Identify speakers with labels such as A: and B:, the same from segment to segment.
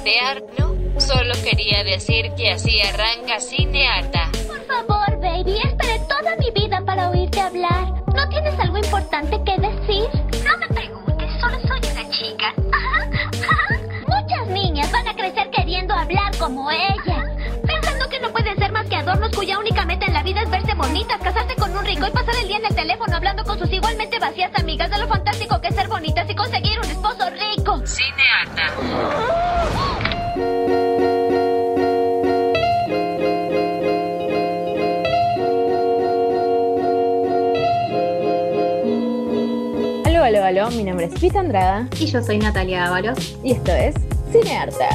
A: cinearno, solo quería decir que así arranca Cinearta.
B: Por favor, baby, esperé toda mi vida para oírte hablar. ¿No tienes algo importante que decir? No me preguntes, solo soy una chica. Muchas niñas van a crecer queriendo hablar como ella, pensando que no pueden ser más que adornos cuya única meta en la vida es verse bonitas, casarse con un rico y pasar el día en el teléfono hablando con sus igualmente vacías amigas de lo fantástico que es ser bonitas y conseguir un esposo rico.
A: Cinearta.
C: Aló, mi nombre es Pita Andrada.
D: Y yo soy Natalia Ábalos.
C: Y esto es Cinearta.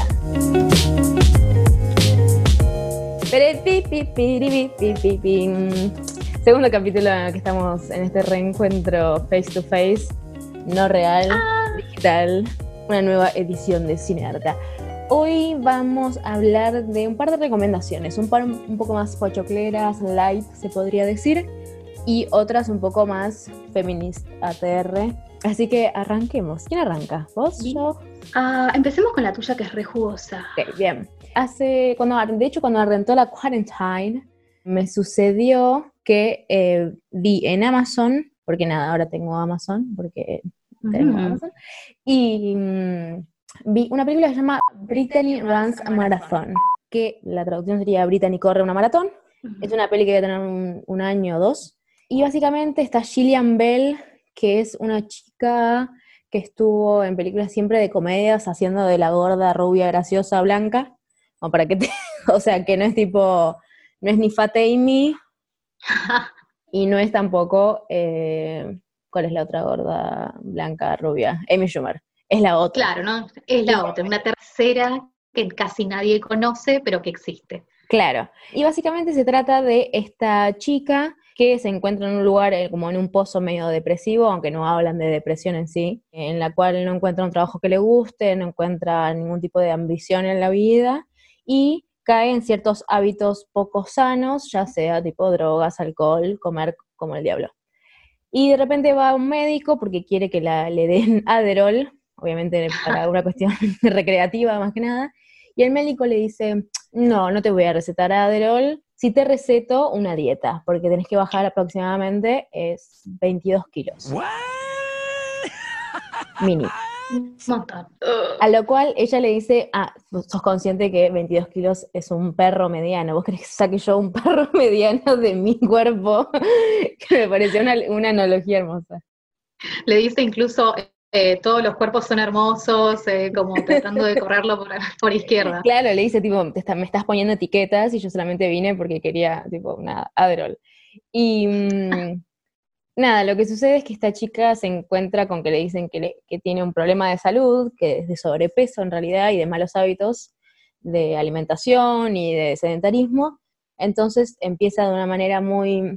C: Segundo capítulo en el que estamos en este reencuentro face to face, no real, digital, una nueva edición de Cinearta. Hoy vamos a hablar de un par de recomendaciones, un poco más pochocleras, light se podría decir, y otras un poco más feminist ATR. Así que arranquemos. ¿Quién arranca? ¿Vos?
D: ¿Sí?
C: ¿Yo?
D: Empecemos con la tuya, que es re jugosa.
C: Ok, bien. Cuando arrancó la quarantine, me sucedió que vi en Amazon, porque nada, ahora tengo Amazon, porque tengo Amazon, y vi una película que se llama Brittany Runs a Marathon, que la traducción sería Brittany corre una maratón. Es una peli que debe tener un año o dos, y básicamente está Gillian Bell, que es una chica que estuvo en películas siempre de comedias, haciendo de la gorda, rubia, graciosa, blanca, o para que o sea, que no es ni Fat Amy, y no es tampoco, ¿cuál es la otra gorda, blanca, rubia? Amy Schumer, es la otra.
D: Claro, ¿no? Es la otra, una tercera que casi nadie conoce, pero que existe.
C: Claro, y básicamente se trata de esta chica que se encuentra en un lugar como en un pozo medio depresivo, aunque no hablan de depresión en sí, en la cual no encuentra un trabajo que le guste, no encuentra ningún tipo de ambición en la vida, y cae en ciertos hábitos poco sanos, ya sea tipo drogas, alcohol, comer como el diablo. Y de repente va a un médico porque quiere que le den Adderall, obviamente para una cuestión recreativa más que nada, y el médico le dice: no te voy a recetar Adderall, si te receto una dieta, porque tenés que bajar aproximadamente 22 kilos.
E: What?
C: Mini.
D: Un montón.
C: A lo cual ella le dice: vos sos consciente que 22 kilos es un perro mediano, ¿vos querés que saque yo un perro mediano de mi cuerpo? Que me pareció una analogía hermosa.
D: Le dice incluso, todos los cuerpos son hermosos, como tratando de correrlo por izquierda.
C: Claro, le dice tipo, me estás poniendo etiquetas y yo solamente vine porque quería tipo una Adderall. Y nada, lo que sucede es que esta chica se encuentra con que le dicen que tiene un problema de salud, que es de sobrepeso en realidad y de malos hábitos de alimentación y de sedentarismo. Entonces empieza de una manera muy,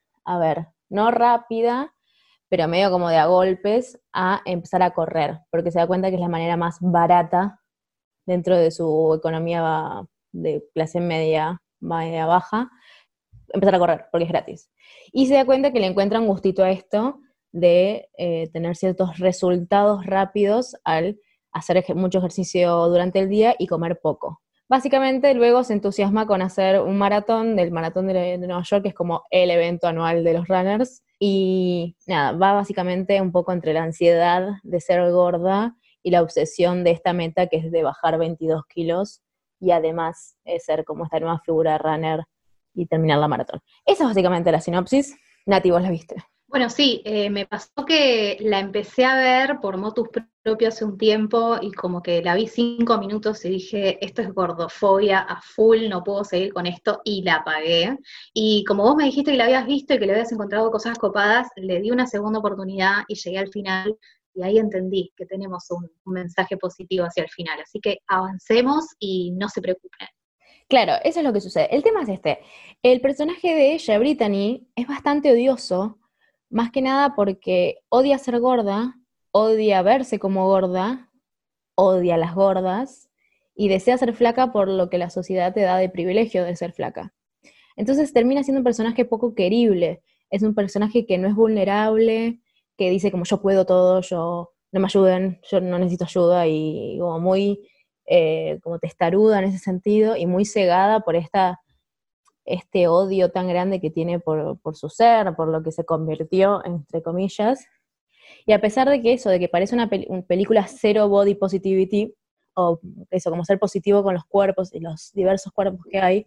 C: no rápida, pero medio como de a golpes, a empezar a correr, porque se da cuenta que es la manera más barata dentro de su economía de clase media baja, empezar a correr, porque es gratis. Y se da cuenta que le encuentra un gustito a esto de tener ciertos resultados rápidos al hacer mucho ejercicio durante el día y comer poco. Básicamente luego se entusiasma con hacer un maratón, del maratón de Nueva York, que es como el evento anual de los runners, y nada, va básicamente un poco entre la ansiedad de ser gorda y la obsesión de esta meta que es de bajar 22 kilos y además ser como esta nueva figura runner y terminar la maratón. Esa es básicamente la sinopsis. Nati, ¿vos la viste?
D: Bueno, sí, me pasó que la empecé a ver por motus propio hace un tiempo y como que la vi 5 minutos y dije, esto es gordofobia a full, no puedo seguir con esto, y la apagué. Y como vos me dijiste que la habías visto y que le habías encontrado cosas copadas, le di una segunda oportunidad y llegué al final y ahí entendí que tenemos un mensaje positivo hacia el final. Así que avancemos y no se preocupen.
C: Claro, eso es lo que sucede. El tema es este. El personaje de ella, Brittany, es bastante odioso, más que nada porque odia ser gorda, odia verse como gorda, odia a las gordas, y desea ser flaca por lo que la sociedad te da de privilegio de ser flaca. Entonces termina siendo un personaje poco querible. Es un personaje que no es vulnerable, que dice como yo puedo todo, yo no me ayuden, yo no necesito ayuda, y como muy como testaruda en ese sentido y muy cegada por este odio tan grande que tiene por su ser, por lo que se convirtió, entre comillas. Y a pesar de que eso, de que parece una película cero body positivity, o eso, como ser positivo con los cuerpos y los diversos cuerpos que hay,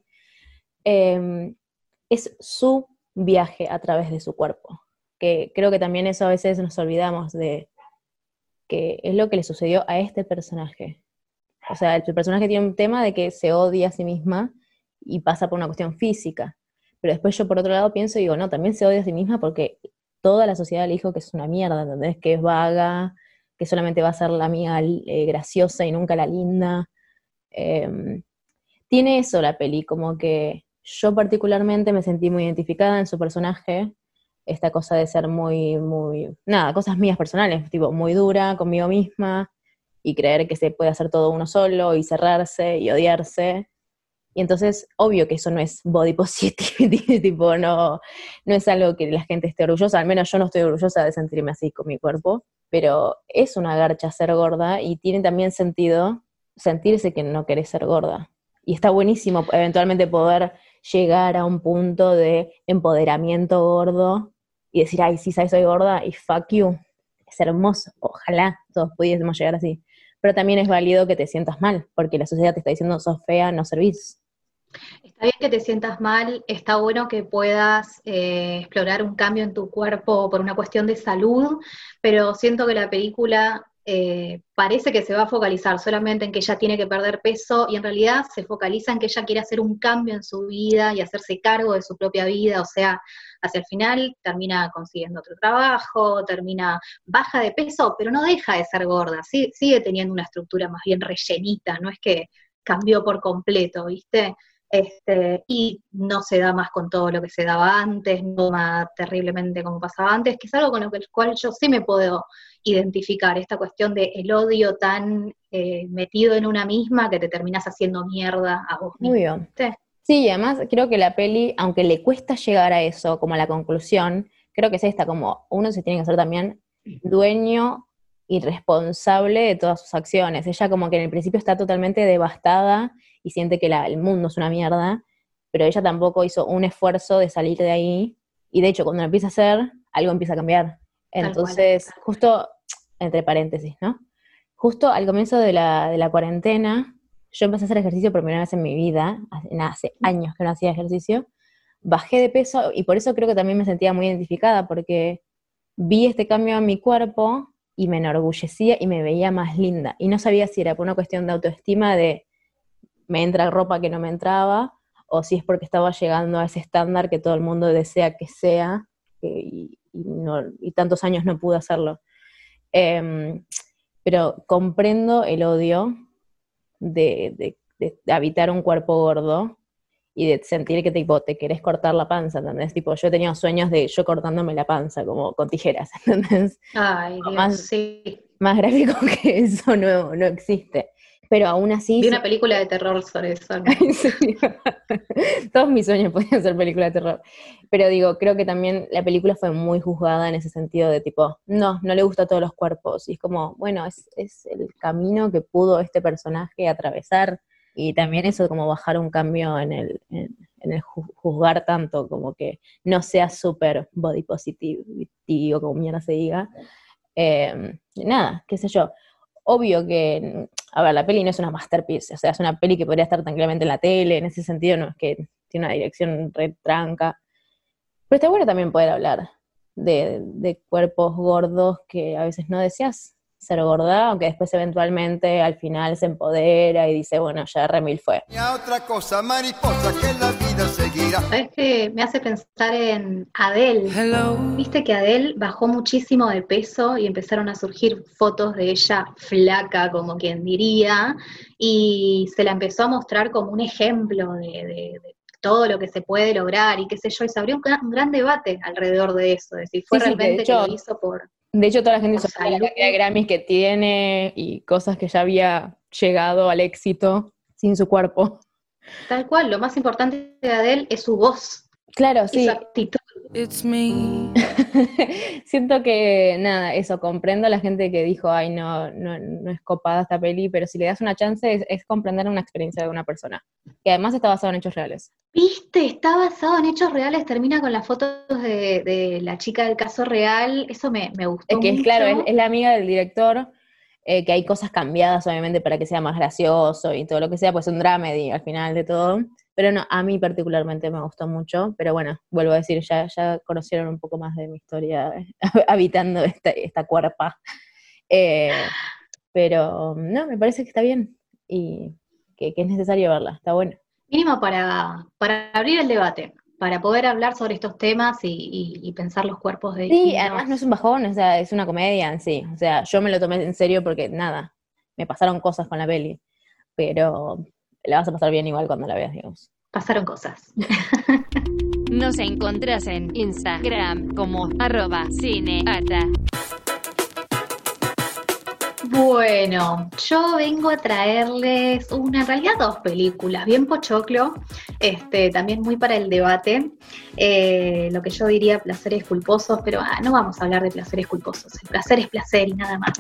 C: es su viaje a través de su cuerpo. Que creo que también eso a veces nos olvidamos de que es lo que le sucedió a este personaje. O sea, el personaje tiene un tema de que se odia a sí misma y pasa por una cuestión física. Pero después yo por otro lado pienso y digo, no, también se odia a sí misma porque toda la sociedad le dijo que es una mierda, ¿entendés? Que es vaga, que solamente va a ser la amiga graciosa y nunca la linda. Tiene eso la peli, como que yo particularmente me sentí muy identificada en su personaje, esta cosa de ser nada, cosas mías personales, tipo muy dura conmigo misma, y creer que se puede hacer todo uno solo, y cerrarse, y odiarse. Y entonces, obvio que eso no es body positivity, tipo, no es algo que la gente esté orgullosa, al menos yo no estoy orgullosa de sentirme así con mi cuerpo, pero es una garcha ser gorda, y tiene también sentido sentirse que no querés ser gorda. Y está buenísimo eventualmente poder llegar a un punto de empoderamiento gordo, y decir, ay, sí, sabes, soy gorda, y fuck you. Es hermoso, ojalá todos pudiésemos llegar así. Pero también es válido que te sientas mal, porque la sociedad te está diciendo, sos fea, no servís.
D: Está bien que te sientas mal, está bueno que puedas explorar un cambio en tu cuerpo por una cuestión de salud, pero siento que la película parece que se va a focalizar solamente en que ella tiene que perder peso y en realidad se focaliza en que ella quiere hacer un cambio en su vida y hacerse cargo de su propia vida, o sea, hacia el final termina consiguiendo otro trabajo, baja de peso, pero no deja de ser gorda, sigue teniendo una estructura más bien rellenita, no es que cambió por completo, ¿viste? Y no se da más con todo lo que se daba antes, no toma terriblemente como pasaba antes, que es algo con lo cual yo sí me puedo identificar, esta cuestión de el odio tan metido en una misma que te terminás haciendo mierda a vos mismo.
C: Obvio.
D: ¿Viste?
C: Sí, y además creo que la peli, aunque le cuesta llegar a eso, como a la conclusión, creo que es esta, como uno se tiene que ser también dueño y responsable de todas sus acciones. Ella como que en el principio está totalmente devastada y siente que el mundo es una mierda, pero ella tampoco hizo un esfuerzo de salir de ahí, y de hecho cuando lo empieza a hacer, algo empieza a cambiar. Entonces, justo, entre paréntesis, ¿no? Justo al comienzo de la cuarentena, yo empecé a hacer ejercicio por primera vez en mi vida, hace años que no hacía ejercicio, bajé de peso, y por eso creo que también me sentía muy identificada, porque vi este cambio en mi cuerpo, y me enorgullecía, y me veía más linda, y no sabía si era por una cuestión de autoestima, de me entra ropa que no me entraba, o si es porque estaba llegando a ese estándar que todo el mundo desea que sea, y tantos años no pude hacerlo. Pero comprendo el odio de habitar un cuerpo gordo y de sentir que tipo, te querés cortar la panza, ¿entendés? Tipo, yo he tenido sueños de yo cortándome la panza, como con tijeras, ¿entendés?
D: Ay, Dios, sí.
C: Más gráfico que eso no existe. Pero aún así...
D: Vi una película de terror sobre eso, ¿no?
C: Todos mis sueños podían ser películas de terror. Pero digo, creo que también la película fue muy juzgada en ese sentido de tipo, no le gusta a todos los cuerpos. Y es como, bueno, es el camino que pudo este personaje atravesar. Y también eso como bajar un cambio en el juzgar tanto, como que no sea súper body positive, o como mierda se diga. Nada, qué sé yo. Obvio que, a ver, la peli no es una masterpiece, o sea, es una peli que podría estar tranquilamente en la tele, en ese sentido no es que tiene una dirección re tranca. Pero está bueno también poder hablar de cuerpos gordos que a veces no deseas ser gorda, aunque después eventualmente al final se empodera y dice, bueno, ya remil fue.
E: Y a otra cosa, mariposa, que la vida seguirá.
D: ¿Sabes qué? Me hace pensar en Adele.
E: Hello.
D: Viste que Adele bajó muchísimo de peso y empezaron a surgir fotos de ella flaca, como quien diría, y se la empezó a mostrar como un ejemplo de todo lo que se puede lograr y qué sé yo, y se abrió un gran debate alrededor de eso, de si fue realmente que lo hizo por...
C: De hecho, toda la gente sabía la
D: salud.
C: cantidad de Grammys que tiene y cosas que ya había llegado al éxito sin su cuerpo.
D: Tal cual, lo más importante de Adele es su voz.
C: Claro,
D: Y
C: sí.
D: su actitud.
F: It's me.
C: Siento que, nada, eso, comprendo a la gente que dijo, ay, no es copada esta peli, pero si le das una chance es comprender una experiencia de una persona, que además está basado en hechos reales.
D: ¿Viste? Está basado en hechos reales, termina con las fotos de la chica del caso real, eso me gustó
C: Es que
D: mucho.
C: claro, es la amiga del director, que hay cosas cambiadas obviamente para que sea más gracioso y todo lo que sea, pues un dramedy al final de todo. Pero no, a mí particularmente me gustó mucho, pero bueno, vuelvo a decir, ya conocieron un poco más de mi historia habitando esta cuerpa. Pero no, me parece que está bien y que es necesario verla, está bueno.
D: Mínimo para abrir el debate, para poder hablar sobre estos temas y pensar los cuerpos de
C: Sí,
D: distintos.
C: además no es un bajón, o sea, es una comedia en sí. O sea, yo me lo tomé en serio porque nada, me pasaron cosas con la peli, pero la vas a pasar bien igual cuando la veas, digamos.
D: Pasaron cosas.
A: Nos encontrás en Instagram como @cineata.
D: Bueno, yo vengo a traerles en realidad dos películas, bien pochoclo, también muy para el debate, lo que yo diría placeres culposos, pero no vamos a hablar de placeres culposos, el placer es placer y nada más.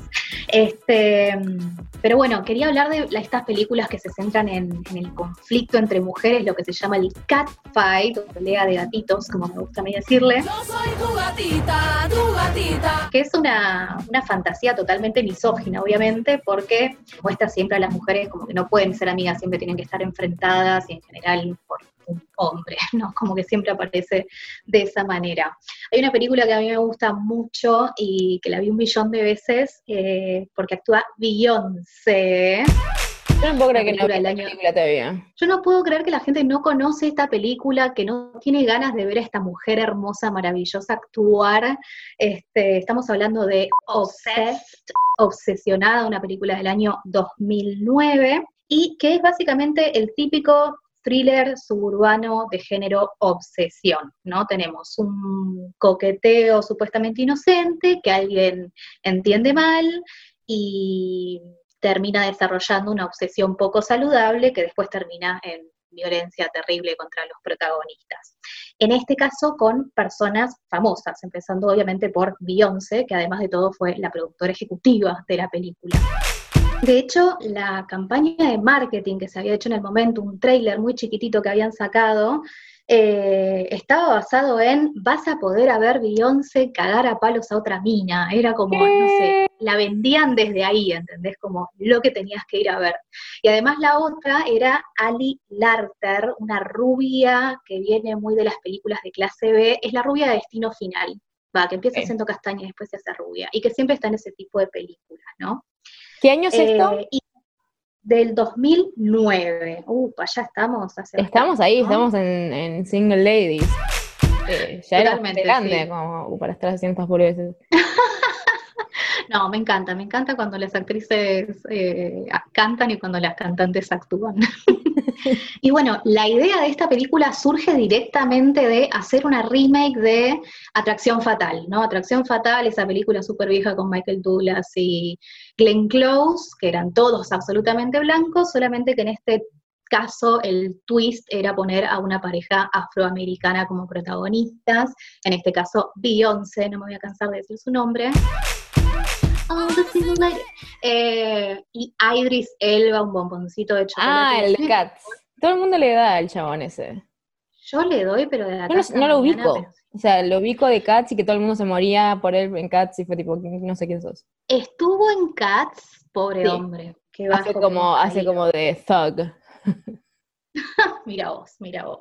D: Pero bueno, quería hablar de estas películas que se centran en el conflicto entre mujeres, lo que se llama el catfight, o pelea de gatitos, como me gusta a mí decirle.
F: Yo soy tu gatita, tu gatita.
D: Que es una fantasía totalmente misógina, obviamente, porque muestra siempre a las mujeres como que no pueden ser amigas, siempre tienen que estar enfrentadas y en general por un hombre, ¿no? Como que siempre aparece de esa manera. Hay una película que a mí me gusta mucho y que la vi 1.000.000 de veces porque actúa Beyoncé.
C: Yo no puedo creer que no
D: película
C: vi
D: del
C: la
D: año.
C: película todavía.
D: Yo no puedo creer que la gente no conoce esta película, que no tiene ganas de ver a esta mujer hermosa, maravillosa actuar. Estamos hablando de Obsessed, Obsesionada, una película del año 2009, y que es básicamente el típico thriller suburbano de género obsesión, ¿no? Tenemos un coqueteo supuestamente inocente que alguien entiende mal y termina desarrollando una obsesión poco saludable que después termina en violencia terrible contra los protagonistas. En este caso con personas famosas, empezando obviamente por Beyoncé, que además de todo fue la productora ejecutiva de la película. De hecho, la campaña de marketing que se había hecho en el momento, un tráiler muy chiquitito que habían sacado, estaba basado en vas a poder a ver Beyoncé cagar a palos a otra mina. Era como, no sé, la vendían desde ahí, ¿entendés? Como lo que tenías que ir a ver. Y además la otra era Ali Larter, una rubia que viene muy de las películas de clase B, es la rubia de Destino Final, que empieza siendo castaña y después se hace rubia, y que siempre está en ese tipo de películas, ¿no?
C: ¿Qué año es esto?
D: Del 2009. Ya estamos.
C: Estamos ahí, ¿no? Estamos en Single Ladies. Ya era bastante grande,
D: sí,
C: como para estar haciendo estas boludeces.
D: No, me encanta cuando las actrices cantan y cuando las cantantes actúan. Y bueno, la idea de esta película surge directamente de hacer una remake de Atracción Fatal, ¿no? Atracción Fatal, esa película súper vieja con Michael Douglas y Glenn Close, que eran todos absolutamente blancos, solamente que en este caso el twist era poner a una pareja afroamericana como protagonistas, en este caso Beyoncé, no me voy a cansar de decir su nombre. Y Idris Elba, un bomboncito de chocolate.
C: El de Cats. Todo el mundo le da al chabón ese.
D: Yo le doy, pero de la
C: Yo no lo ubico. O sea, lo ubico de Cats y que todo el mundo se moría por él en Cats y fue tipo, no sé quién sos.
D: Estuvo en Cats, pobre hombre. Que
C: hace como de thug.
D: Mira vos.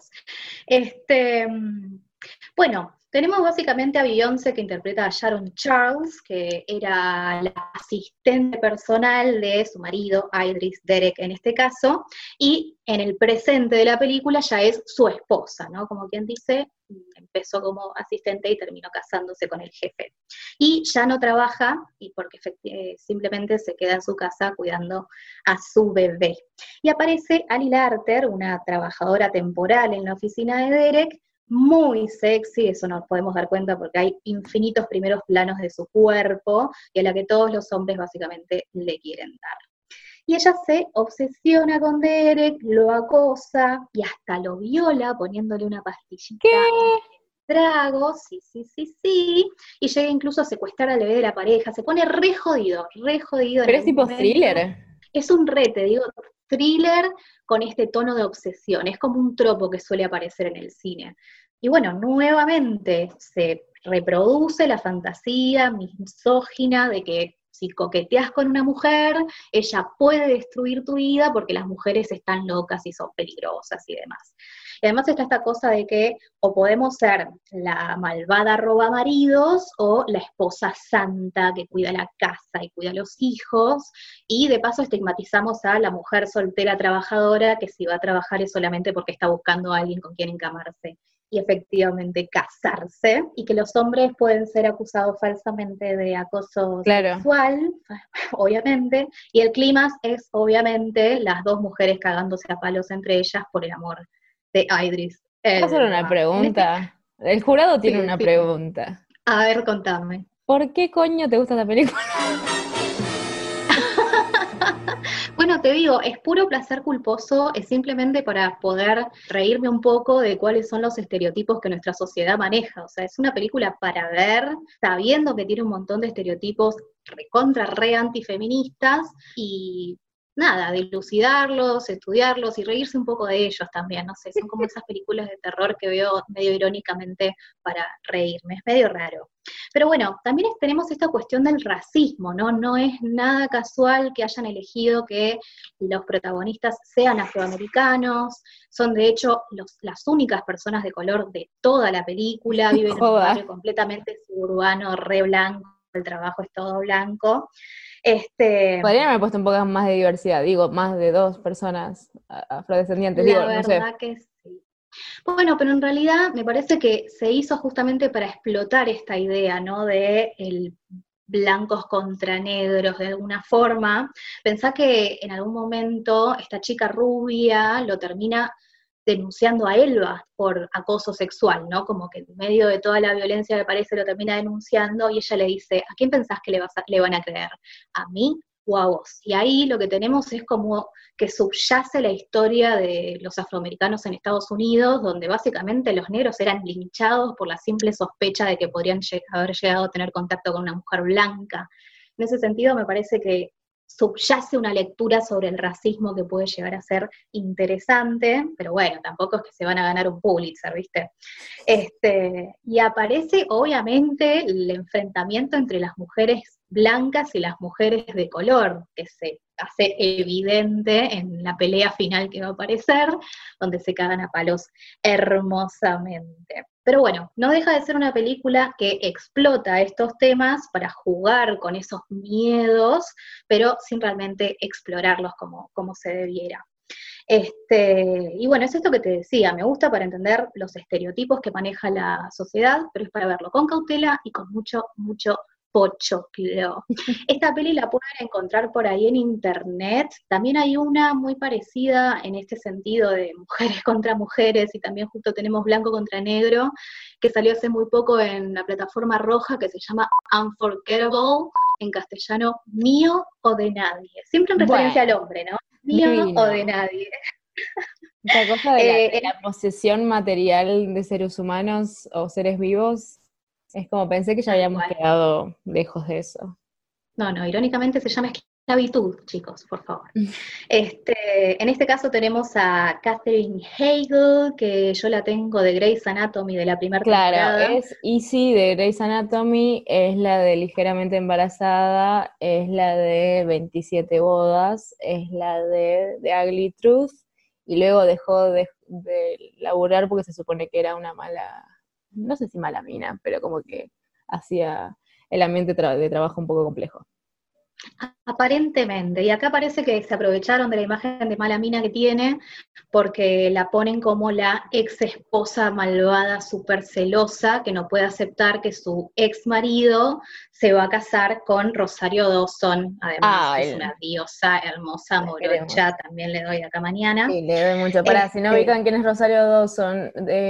D: Bueno, tenemos básicamente a Beyoncé que interpreta a Sharon Charles, que era la asistente personal de su marido, Idris Derek en este caso, y en el presente de la película ya es su esposa, ¿no? Como quien dice, empezó como asistente y terminó casándose con el jefe. Y ya no trabaja, y porque simplemente se queda en su casa cuidando a su bebé. Y aparece Ali Larter, una trabajadora temporal en la oficina de Derek, muy sexy, eso nos podemos dar cuenta porque hay infinitos primeros planos de su cuerpo y a la que todos los hombres básicamente le quieren dar. Y ella se obsesiona con Derek, lo acosa y hasta lo viola poniéndole una pastillita trago, sí, sí, sí, sí, y llega incluso a secuestrar al bebé de la pareja, se pone re jodido en
C: Pero es
D: algún
C: tipo
D: momento.
C: thriller.
D: Es un te digo, thriller con este tono de obsesión, es como un tropo que suele aparecer en el cine. Y bueno, nuevamente se reproduce la fantasía misógina de que si coqueteas con una mujer, ella puede destruir tu vida porque las mujeres están locas y son peligrosas y demás. Y además está esta cosa de que o podemos ser la malvada roba maridos o la esposa santa que cuida la casa y cuida a los hijos, y de paso estigmatizamos a la mujer soltera trabajadora que si va a trabajar es solamente porque está buscando a alguien con quien encamarse y efectivamente casarse, y que los hombres pueden ser acusados falsamente de acoso
C: Claro.
D: sexual, obviamente, y el clímax es obviamente las dos mujeres cagándose a palos entre ellas por el amor de Idris
C: ¿Puedo hacer una
D: Elba.
C: pregunta? El jurado
D: Sí,
C: tiene una
D: sí.
C: pregunta.
D: A ver, contame.
C: ¿Por qué coño te gusta esta película?
D: Bueno, te digo, es puro placer culposo, es simplemente para poder reírme un poco de cuáles son los estereotipos que nuestra sociedad maneja. O sea, es una película para ver, sabiendo que tiene un montón de estereotipos recontra, re antifeministas, y nada, dilucidarlos, estudiarlos y reírse un poco de ellos también. No sé, son como esas películas de terror que veo medio irónicamente para reírme, es medio raro. Pero bueno, también tenemos esta cuestión del racismo, ¿no? No es nada casual que hayan elegido que los protagonistas sean afroamericanos, son de hecho las únicas personas de color de toda la película, viven en un barrio
C: Joda.
D: completamente suburbano, re blanco, el trabajo es todo blanco. Este,
C: Podrían haber puesto un poco más de diversidad, digo, más de 2 personas afrodescendientes, digo,
D: la
C: no sé.
D: verdad que sí. Bueno, pero en realidad me parece que se hizo justamente para explotar esta idea, ¿no? De el blancos contra negros de alguna forma. Pensá que en algún momento esta chica rubia lo termina denunciando a Elba por acoso sexual, ¿no? Como que en medio de toda la violencia que parece lo termina denunciando y ella le dice, ¿a quién pensás que le van a creer? ¿A mí o a vos? Y ahí lo que tenemos es como que subyace la historia de los afroamericanos en Estados Unidos, donde básicamente los negros eran linchados por la simple sospecha de que podrían haber llegado a tener contacto con una mujer blanca. En ese sentido me parece que subyace una lectura sobre el racismo que puede llegar a ser interesante, pero bueno, tampoco es que se van a ganar un Pulitzer, ¿viste? Y aparece obviamente el enfrentamiento entre las mujeres blancas y las mujeres de color, que se hace evidente en la pelea final que va a aparecer, donde se cagan a palos hermosamente. Pero bueno, no deja de ser una película que explota estos temas para jugar con esos miedos, pero sin realmente explorarlos como se debiera. Y bueno, es esto que te decía, me gusta para entender los estereotipos que maneja la sociedad, pero es para verlo con cautela y con mucho, mucho pochoclo. Esta peli la pueden encontrar por ahí en internet, también hay una muy parecida en este sentido de mujeres contra mujeres, y también justo tenemos blanco contra negro, que salió hace muy poco en la plataforma roja, que se llama Unforgettable, en castellano, mío o de nadie, siempre en referencia al
C: Bueno,
D: hombre, ¿no? Mío o de
C: divino.
D: nadie.
C: Esta cosa de de
D: En
C: la posesión material de seres humanos o seres vivos, es como pensé que ya
D: Tal
C: habíamos
D: cual.
C: quedado lejos de eso.
D: No, irónicamente se llama esclavitud, chicos, por favor. En este caso tenemos a Katherine Heigl, que yo la tengo de Grey's Anatomy de la primera
C: Claro,
D: temporada.
C: es Izzy de Grey's Anatomy, es la de Ligeramente Embarazada, es la de 27 bodas, es la de The Ugly Truth, y luego dejó de laburar porque se supone que era una mala, no sé si mala mina, pero como que hacía el ambiente de trabajo un poco complejo.
D: Aparentemente, y acá parece que se aprovecharon de la imagen de mala mina que tiene, porque la ponen como la ex esposa malvada, súper celosa, que no puede aceptar que su ex marido se va a casar con Rosario Dawson, además
C: Ah,
D: es una diosa hermosa,
C: la queremos.
D: morocha, también le doy acá mañana.
C: Sí, le doy mucho. Pará, si no
D: Este,
C: ubican quién es Rosario Dawson,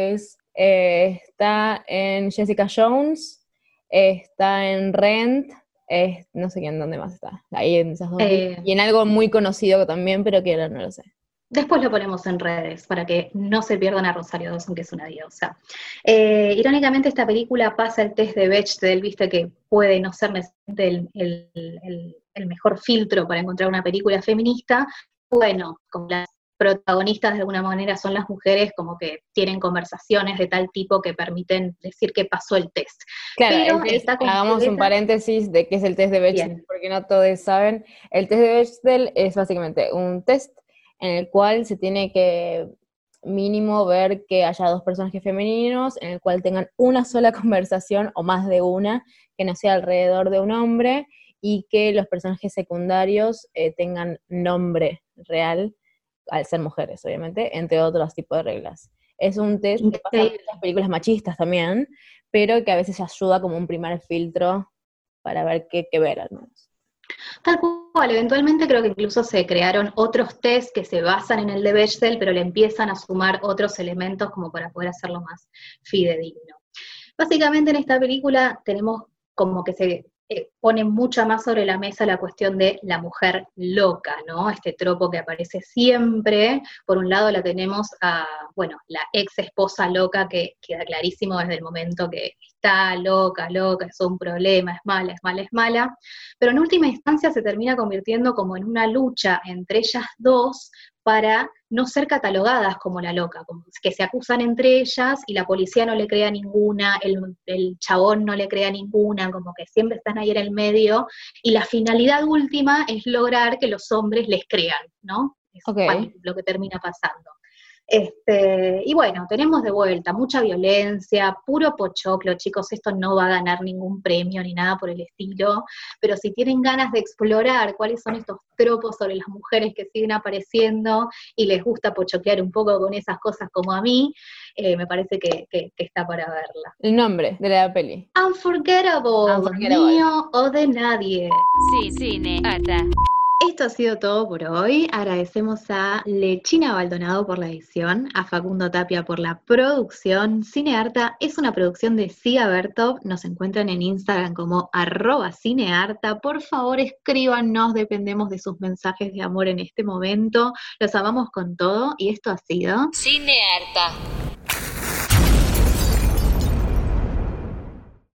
C: está en Jessica Jones, está en Rent, no sé quién dónde más está. Ahí en esas dos vi.
D: eh,
C: Y en algo muy conocido también, pero que ahora no lo sé.
D: Después lo ponemos en redes para que no se pierdan a Rosario Dawson, que es una diosa. Irónicamente, esta película pasa el test de Bechdel, viste que puede no ser necesariamente el mejor filtro para encontrar una película feminista. Bueno, como las protagonistas de alguna manera son las mujeres, como que tienen conversaciones de tal tipo que permiten decir que pasó el test.
C: Claro,
D: Pero
C: el test,
D: está
C: hagamos un
D: completa.
C: paréntesis de qué es el test de Bechdel,
D: Bien.
C: porque no todos saben. El test de Bechdel es básicamente un test en el cual se tiene que mínimo ver que haya dos personajes femeninos, en el cual tengan una sola conversación o más de una, que no sea alrededor de un hombre, y que los personajes secundarios tengan nombre real, al ser mujeres, obviamente, entre otros tipos de reglas. Es un test que pasa en
D: Increíble.
C: muchas películas machistas también, pero que a veces ayuda como un primer filtro para ver qué ver al menos.
D: Tal cual, eventualmente creo que incluso se crearon otros test que se basan en el de Bechdel, pero le empiezan a sumar otros elementos como para poder hacerlo más fidedigno. Básicamente en esta película tenemos como que se pone mucha más sobre la mesa la cuestión de la mujer loca, ¿no? Este tropo que aparece siempre. Por un lado la tenemos a, bueno, la ex esposa loca, que queda clarísimo desde el momento que está loca, es un problema, es mala, es mala, es mala. Pero en última instancia se termina convirtiendo como en una lucha entre ellas dos para no ser catalogadas como la loca, como que se acusan entre ellas y la policía no le crea ninguna, el chabón no le crea ninguna, como que siempre están ahí en el medio, y la finalidad última es lograr que los hombres les crean, ¿no? Es lo que termina pasando. Y bueno, tenemos de vuelta mucha violencia, puro pochoclo, chicos, esto no va a ganar ningún premio ni nada por el estilo, pero si tienen ganas de explorar cuáles son estos tropos sobre las mujeres que siguen apareciendo y les gusta pochoclear un poco con esas cosas como a mí, me parece que está para verla.
C: El nombre de la peli.
D: Unforgettable, mío o de nadie.
A: Sí, cine, harta.
D: Esto ha sido todo por hoy. Agradecemos a Lechina Baldonado por la edición, a Facundo Tapia por la producción. Cinearta es una producción de Siga Bertov. Nos encuentran en Instagram como @cinearta. Por favor, escríbanos, dependemos de sus mensajes de amor en este momento. Los amamos con todo y esto ha sido
A: Cine harta.